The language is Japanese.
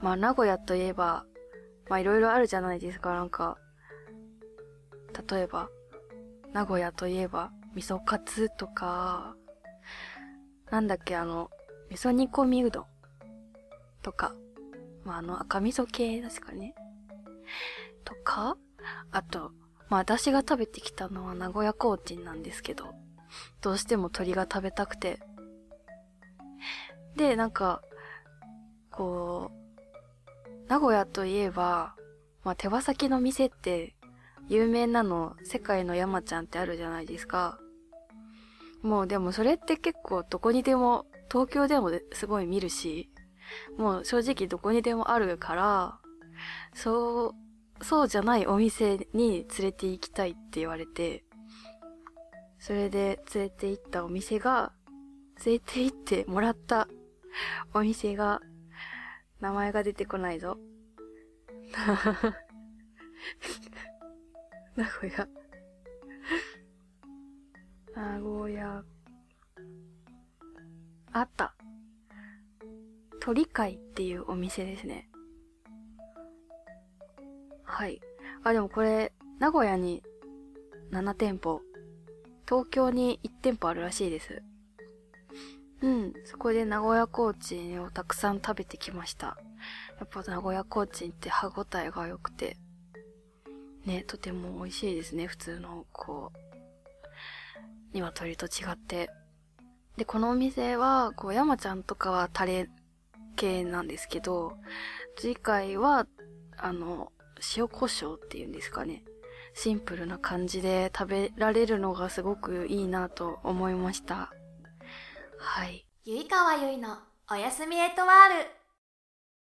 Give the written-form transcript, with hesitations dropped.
まあ名古屋といえば、まあいろいろあるじゃないですか。なんか、例えば、名古屋といえば、味噌カツとか、なんだっけ、味噌煮込みうどんとか、まあ赤味噌系ですかね。とか、あと、まあ私が食べてきたのは名古屋コーチンなんですけど、どうしても鶏が食べたくて。で、なんか、こう、名古屋といえば、まあ手羽先の店って有名なの世界の山ちゃんってあるじゃないですか。もうでもそれって結構どこにでも、東京でもすごい見るし、もう正直どこにでもあるから、そうじゃないお店に連れて行きたいって言われて、それで連れて行ったお店が、連れて行ってもらったお店が、名前が出てこないぞ。名古屋。名古屋。あった。鳥海っていうお店ですね。はい。あ、でもこれ、名古屋に7店舗、東京に1店舗あるらしいです。うん、そこで名古屋コーチンをたくさん食べてきました。やっぱ名古屋コーチンって歯ごたえが良くて、ね、とても美味しいですね。普通の、鶏と違って。で、このお店は、山ちゃんとかはタレ系なんですけど、次回は、塩胡椒っていうんですかね。シンプルな感じで食べられるのがすごくいいなと思いました。はい。 ゆいかわゆいのおやすみエトワール。